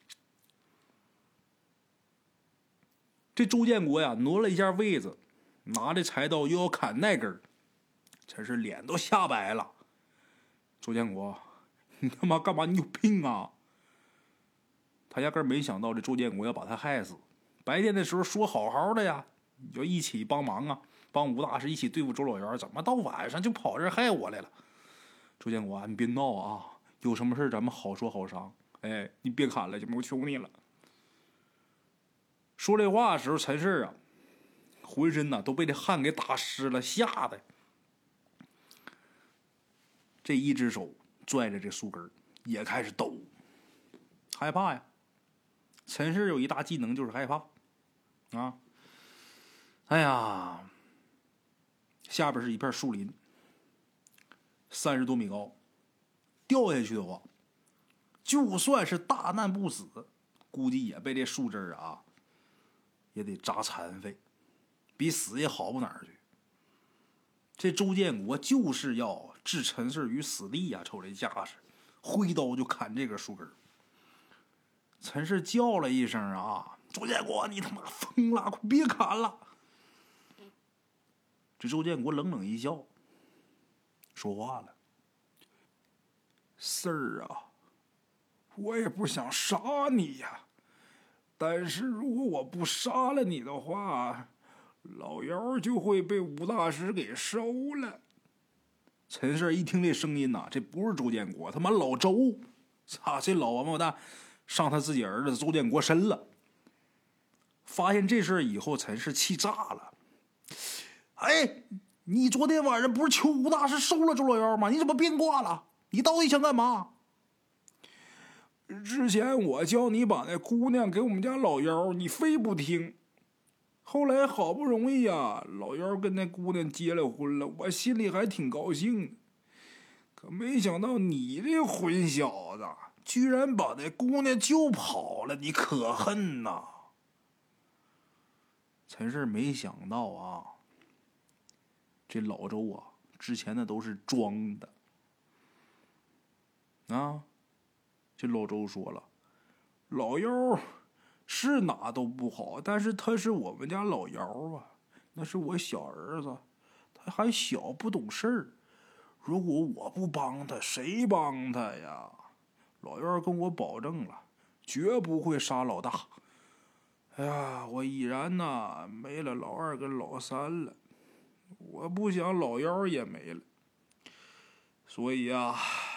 这周建国呀挪了一下位子，拿着柴刀又要砍那根，陈氏脸都吓白了。周建国，你他妈干嘛？你有病啊！他压根没想到这周建国要把他害死。白天的时候说好好的呀，要一起帮忙啊，帮吴大师一起对付周老元，怎么到晚上就跑这儿害我来了？周建国，你别闹啊，有什么事咱们好说好商。哎，你别砍了，我求你了。说这话的时候，陈氏啊，浑身呐都被这汗给打湿了，吓得这一只手拽着这树根也开始抖，害怕呀。陈氏有一大技能就是害怕啊。哎呀，下边是一片树林，三十多米高，掉下去的话，就算是大难不死，估计也被这树枝啊也得扎残废，比死也好不哪儿去。这周建国就是要置陈氏于死地呀、啊！瞅这架势，挥刀就砍这根树根。陈氏叫了一声啊：“周建国，你他妈疯了！快别砍了！”这周建国冷冷一笑，说话了：“四儿啊，我也不想杀你呀，但是如果我不杀了你的话，老妖就会被吴大师给收了。”陈氏一听这声音呐、啊，这不是周建国，他妈老周！操，这老王八蛋上他自己儿子周建国身了。发现这事以后，陈氏气炸了。哎，你昨天晚上不是求吴大师收了周老妖吗？你怎么变卦了？你到底想干嘛？之前我叫你把那姑娘给我们家老妖，你非不听。后来好不容易呀，老妖跟那姑娘结了婚了，我心里还挺高兴。可没想到你这混小子，居然把那姑娘救跑了，你可恨呐！陈氏没想到啊，这老周啊，之前的都是装的啊。这老周说了，老妖是哪都不好，但是他是我们家老姚啊，那是我小儿子，他还小不懂事儿。如果我不帮他，谁帮他呀？老姚跟我保证了，绝不会杀老大。哎呀，我已然呐没了老二跟老三了，我不想老幺也没了，所以啊，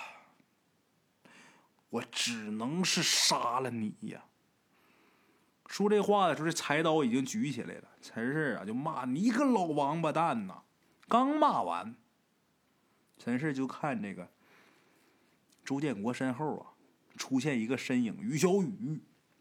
我只能是杀了你呀。说这话的时候，这柴刀已经举起来了。陈氏啊就骂：“你个老王八蛋呐！”刚骂完，陈氏就看这个周建国身后啊出现一个身影，于小雨。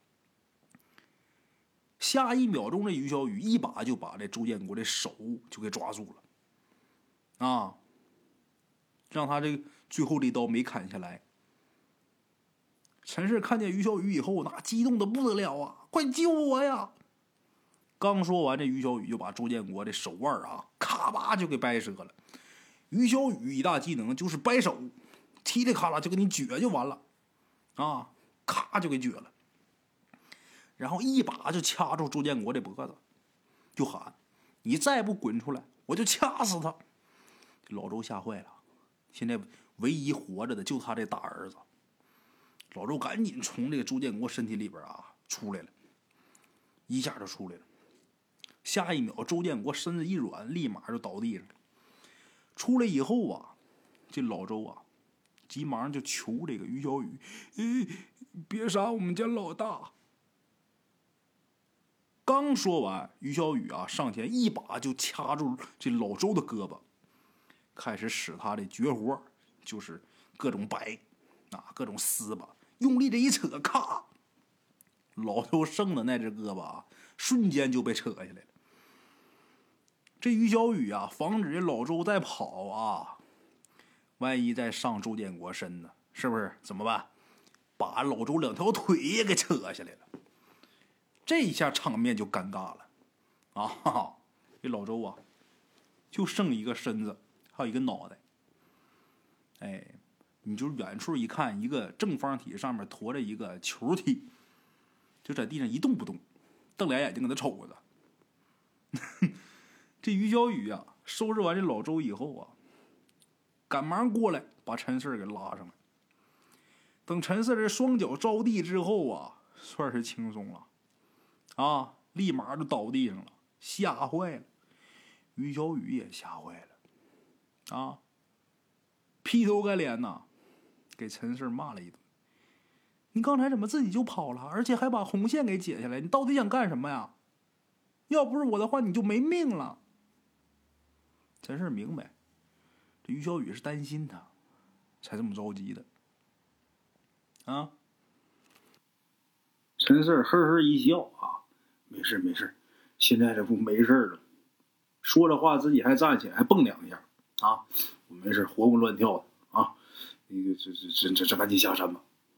下一秒钟，这于小雨一把就把这周建国的手就给抓住了，啊，让他这最后这刀没砍下来。陈氏看见于小雨以后，那激动的不得了啊！快救我呀！刚说完，这于小雨就把周建国的手腕啊，咔吧就给掰折了。于小雨一大技能就是掰手，噼里咔啦就给你撅就完了，啊，咔就给撅了。 然后一把就掐住周建国的脖子，就喊：“你再不滚出来，我就掐死他！”老周吓坏了，现在唯一活着的就他这大儿子。老周赶紧从这个周建国身体里边啊出来了，一下就出来了。下一秒，周建国身子一软，立马就倒地上了。出来以后啊，这老周啊，急忙就求这个于小雨：“哎，别杀我们家老大！”刚说完，于小雨啊上前一把就掐住这老周的胳膊，开始使他的绝活，就是各种摆啊，各种撕吧，用力这一扯，咔，老周剩的那只胳膊啊，瞬间就被扯下来了。这于小雨啊，防止老周再跑啊，万一再上周建国身呢，是不是？怎么办？把老周两条腿也给扯下来了。这一下场面就尴尬了啊！哈哈，这老周啊，就剩一个身子，还有一个脑袋。哎，你就远处一看，一个正方体上面驮着一个球体，就在地上一动不动，瞪俩眼睛搁那瞅着。这于小雨啊，收拾完这老周以后啊，赶忙过来把陈四给拉上来。等陈四这双脚着地之后啊，算是轻松了啊，立马就倒地上了，吓坏了。于小雨也吓坏了啊，劈头盖脸呐，给陈四骂了一顿：“你刚才怎么自己就跑了，而且还把红线给解下来？你到底想干什么呀？要不是我的话，你就没命了。”陈四明白，这于小雨是担心他，才这么着急的啊。 陈四呵呵一笑啊，没事没事，现在这不没事了。说着话自己还站起来，还蹦两下啊，我没事，活蹦乱跳的啊。那个这这这这这赶紧下山吧。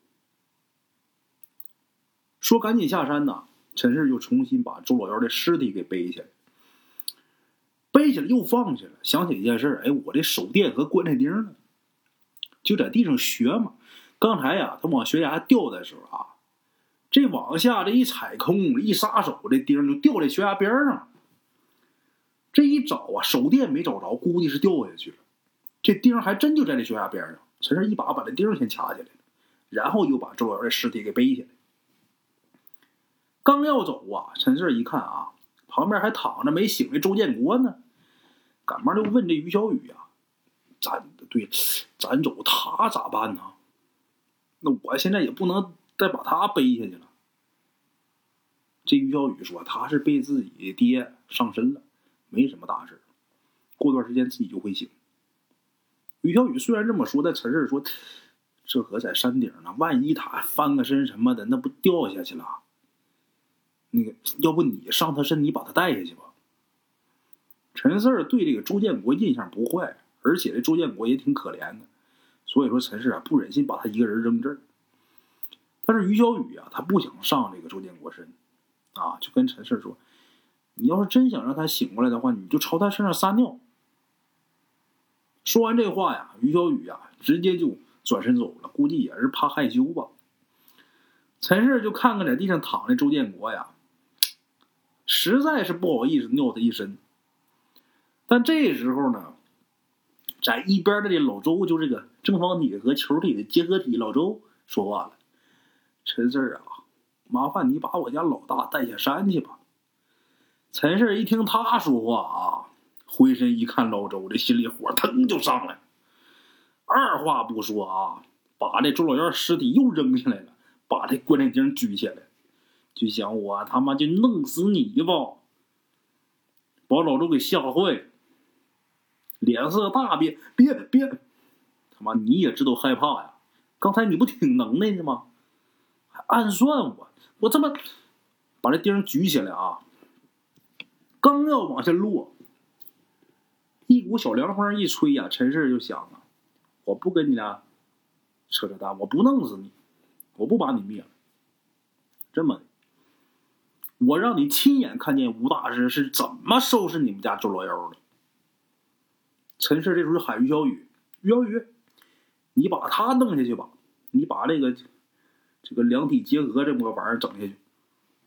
说赶紧下山呐，陈四就重新把周老幺的尸体给背起来，背起来又放下了。想起一件事，哎，我这手电和棺材钉呢，就在地上学嘛。刚才呀、啊，他往悬崖掉的时候啊。这往下这一踩空，一撒手，这钉就掉在悬崖边上。这一找啊，手电没找着，估计是掉下去了。这钉还真就在这悬崖边上。陈四一把把这钉先掐下来了，然后又把周老二的尸体给背下来。刚要走啊，陈四一看啊，旁边还躺着没醒的周建国呢，赶忙就问这于小雨啊：“咱对，咱走他咋办呢？那我现在也不能再把他背下去了。”这于小雨说：“他是被自己爹上身了，没什么大事，过段时间自己就会醒。”于小雨虽然这么说，但陈四说：“这可在山顶呢，万一他翻个身什么的，那不掉下去了？那个，要不你上他身，你把他带下去吧。”陈四对这个周建国印象不坏，而且这周建国也挺可怜的，所以说陈四啊不忍心把他一个人扔这儿。但是于小雨啊，他不想上这个周建国身。啊，就跟陈四说：“你要是真想让他醒过来的话，你就朝他身上撒尿。”说完这话呀，于小雨啊，直接就转身走了，估计也是怕害羞吧。陈四就看看在地上躺的周建国呀，实在是不好意思尿他一身。但这时候呢，在一边的这老周，就这个正方体和球体的结合体老周说话了：“陈四啊，麻烦你把我家老大带下山去吧。”陈四一听他说话啊，回身一看老周，这心里火腾就上来了，二话不说啊，把这周老幺尸体又扔下来了，把这棺材钉举起来，就想我他妈就弄死你吧，把老周给吓坏了，脸色大变，别别，他妈你也知道害怕呀？刚才你不挺能耐的吗？还暗算我，我他妈把这钉举起来啊，刚要往下落，一股小凉风一吹呀、啊，陈四就想啊，我不跟你俩扯扯淡，我不弄死你，我不把你灭了，这么的，我让你亲眼看见吴大师是怎么收拾你们家周老幺的。陈四这时候喊于小雨：“于小雨，你把他弄下去吧，你把这个这个两体结合这么个玩意儿整下去。”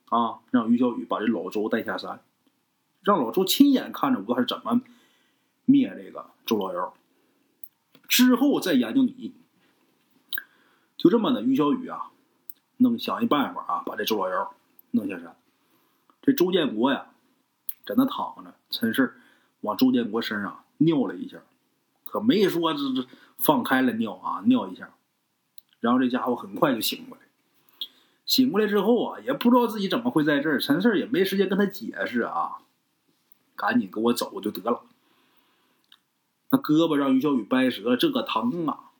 啊，让于小雨把这老周带下山，让老周亲眼看着吴大师怎么灭这个周老幺，之后再研究你。就这么的，于小雨啊，弄想一办法啊，把这周老幺弄下山。这周建国呀，在那躺着，陈氏往周建国身上尿了一下，可没说这这放开了尿啊，尿一下，然后这家伙很快就醒过来。醒过来之后啊，也不知道自己怎么会在这儿，陈氏也没时间跟他解释啊，赶紧给我走就得了。那胳膊让于小雨掰折，这个疼啊！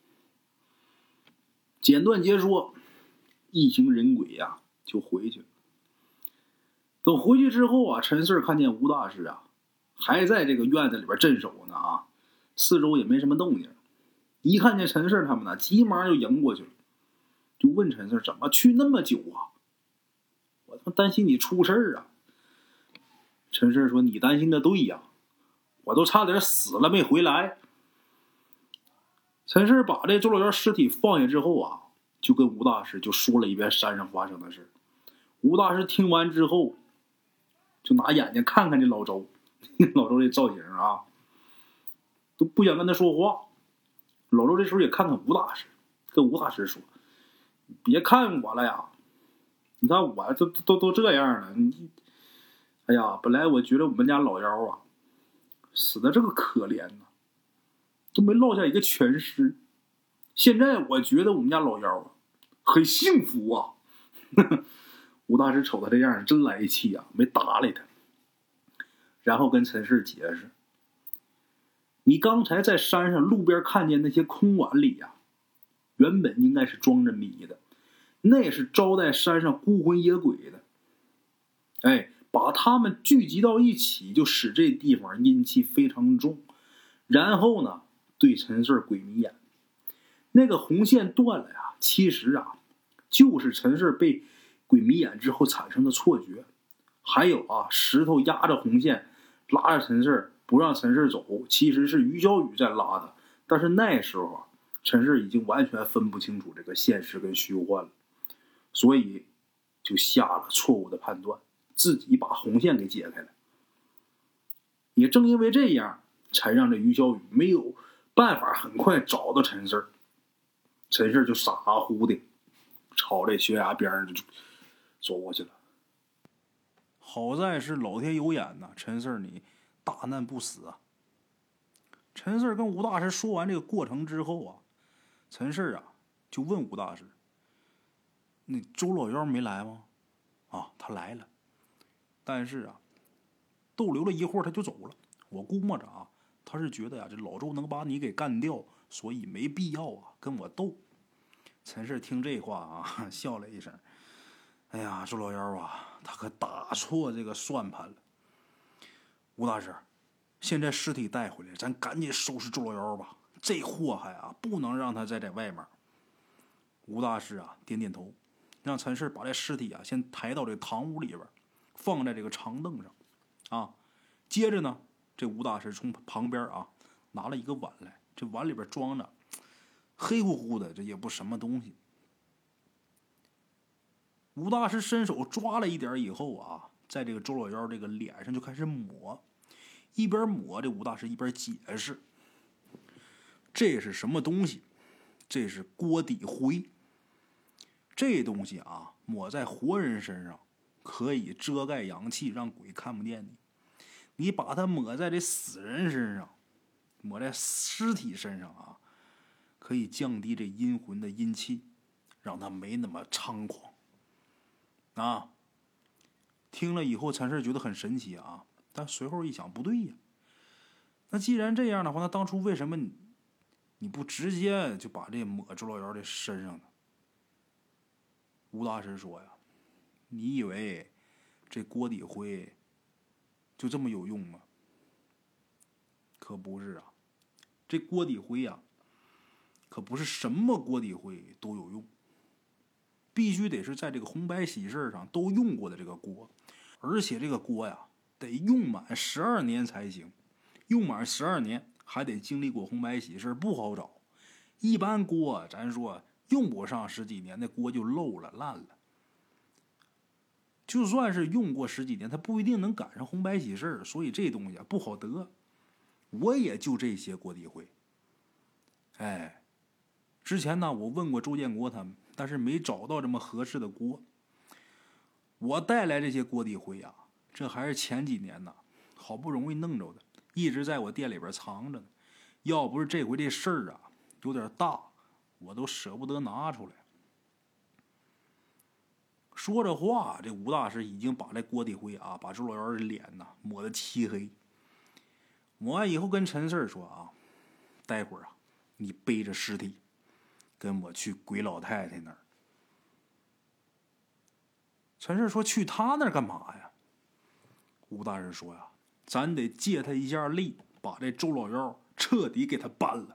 简短截说，一行人鬼呀、啊、就回去了。等回去之后啊，陈四看见吴大师啊还在这个院子里边镇守呢啊，四周也没什么动静。一看见陈四他们呢，急忙就迎过去了，就问陈四怎么去那么久啊？我他妈担心你出事儿啊！陈四说：“你担心的对呀，我都差点死了没回来。”陈氏把这周老幺尸体放下之后啊，就跟吴大师就说了一遍山上发生的事。吴大师听完之后，就拿眼睛看看这老周，老周这造型啊，都不想跟他说话。老周这时候也看看吴大师，跟吴大师说：“别看我了呀，你看我都都都这样了，你，哎呀，本来我觉得我们家老幺啊，死的这个可怜呐。都没落下一个全尸，现在我觉得我们家老幺啊，很幸福啊。”吴大师瞅他这样真来气啊，没搭理他，然后跟陈氏解释：“你刚才在山上路边看见那些空碗里呀、啊，原本应该是装着米的，那是招待山上孤魂野鬼的。哎，把他们聚集到一起，就使这地方阴气非常重。然后呢，对陈氏鬼迷眼，那个红线断了呀，其实啊，就是陈氏被鬼迷眼之后产生的错觉。还有啊，石头压着红线，拉着陈氏不让陈氏走，其实是于小雨在拉他。但是那时候啊，陈氏已经完全分不清楚这个现实跟虚幻了，所以就下了错误的判断，自己把红线给解开了。也正因为这样，才让这于小雨没有办法很快找到陈氏。陈氏就傻乎的朝这悬崖边上就走过去了。 好在是老天有眼呐，陈氏你大难不死啊！陈氏跟吴大师说完这个过程之后啊，陈氏啊就问吴大师：“那周老幺没来吗？”啊，他来了，但是啊，逗留了一会儿他就走了。我估摸着啊，他是觉得呀、啊，这老周能把你给干掉，所以没必要啊跟我斗。陈氏听这话啊，笑了一声：“哎呀，周老幺啊，他可打错这个算盘了。吴大师，现在尸体带回来，咱赶紧收拾周老幺吧。这祸害啊，不能让他再在外面。”吴大师啊，点点头，让陈氏把这尸体啊先抬到这堂屋里边，放在这个长凳上，啊，接着呢，这吴大师从旁边啊拿了一个碗来，这碗里边装着黑乎乎的，这也不什么东西。吴大师伸手抓了一点以后啊，在这个周老幺这个脸上就开始抹，一边抹，这吴大师一边解释：“这是什么东西？这是锅底灰。这东西啊，抹在活人身上可以遮盖阳气，让鬼看不见你。你把它抹在这死人身上，抹在尸体身上啊，可以降低这阴魂的阴气，让它没那么猖狂。”啊，听了以后，陈氏觉得很神奇啊，但随后一想，不对呀。那既然这样的话，那当初为什么你你不直接就把这抹周老幺的身上呢？吴大师说呀：“你以为这锅底灰就这么有用吗？可不是啊，这锅底灰呀、啊，可不是什么锅底灰都有用，必须得是在这个红白喜事上都用过的这个锅，而且这个锅呀，得用满十二年才行，用满十二年还得经历过红白喜事，不好找。一般锅咱说用不上十几年，那锅就漏了烂了。 就算是用过十几年，它不一定能赶上红白喜事，所以这东西啊不好得。我也就这些锅底灰。哎，之前呢，我问过周建国他们，但是没找到这么合适的锅。我带来这些锅底灰啊，这还是前几年呢，好不容易弄着的，一直在我店里边藏着呢。要不是这回这事儿啊有点大，我都舍不得拿出来。说着话，这吴大师已经把这锅底灰啊，把周老幺的脸呐抹得漆黑。抹完以后跟陈四说啊，待会儿啊，你背着尸体跟我去鬼老太太那儿。陈四说去他那儿干嘛呀？吴大师说呀，咱得借他一下力，把这周老幺彻底给他办了。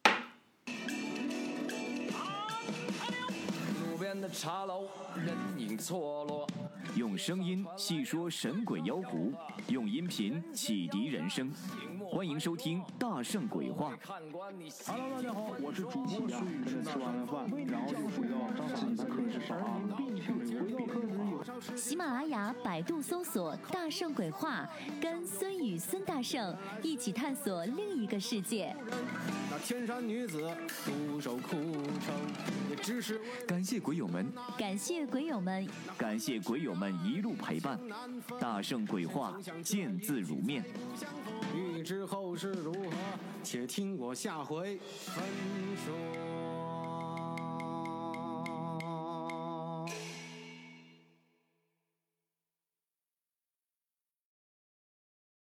路边的茶楼，人影错落。用声音细说神鬼妖狐，用音频启迪人生。欢迎收听《大圣鬼话》。 Hello， 大家好，我是主播孙宇。吃完了饭，然后就回到自己的课室上啊，并且回到课室有。 喜马拉雅、百度搜索“大圣鬼话”，跟孙宇、孙大圣一起探索另一个世界。 那天山女子独守枯城，也只是感谢鬼友们， 感谢鬼友们， 感谢鬼友们一路陪伴。大圣鬼话，见字如面。 欲知后事如何，且听我下回分说。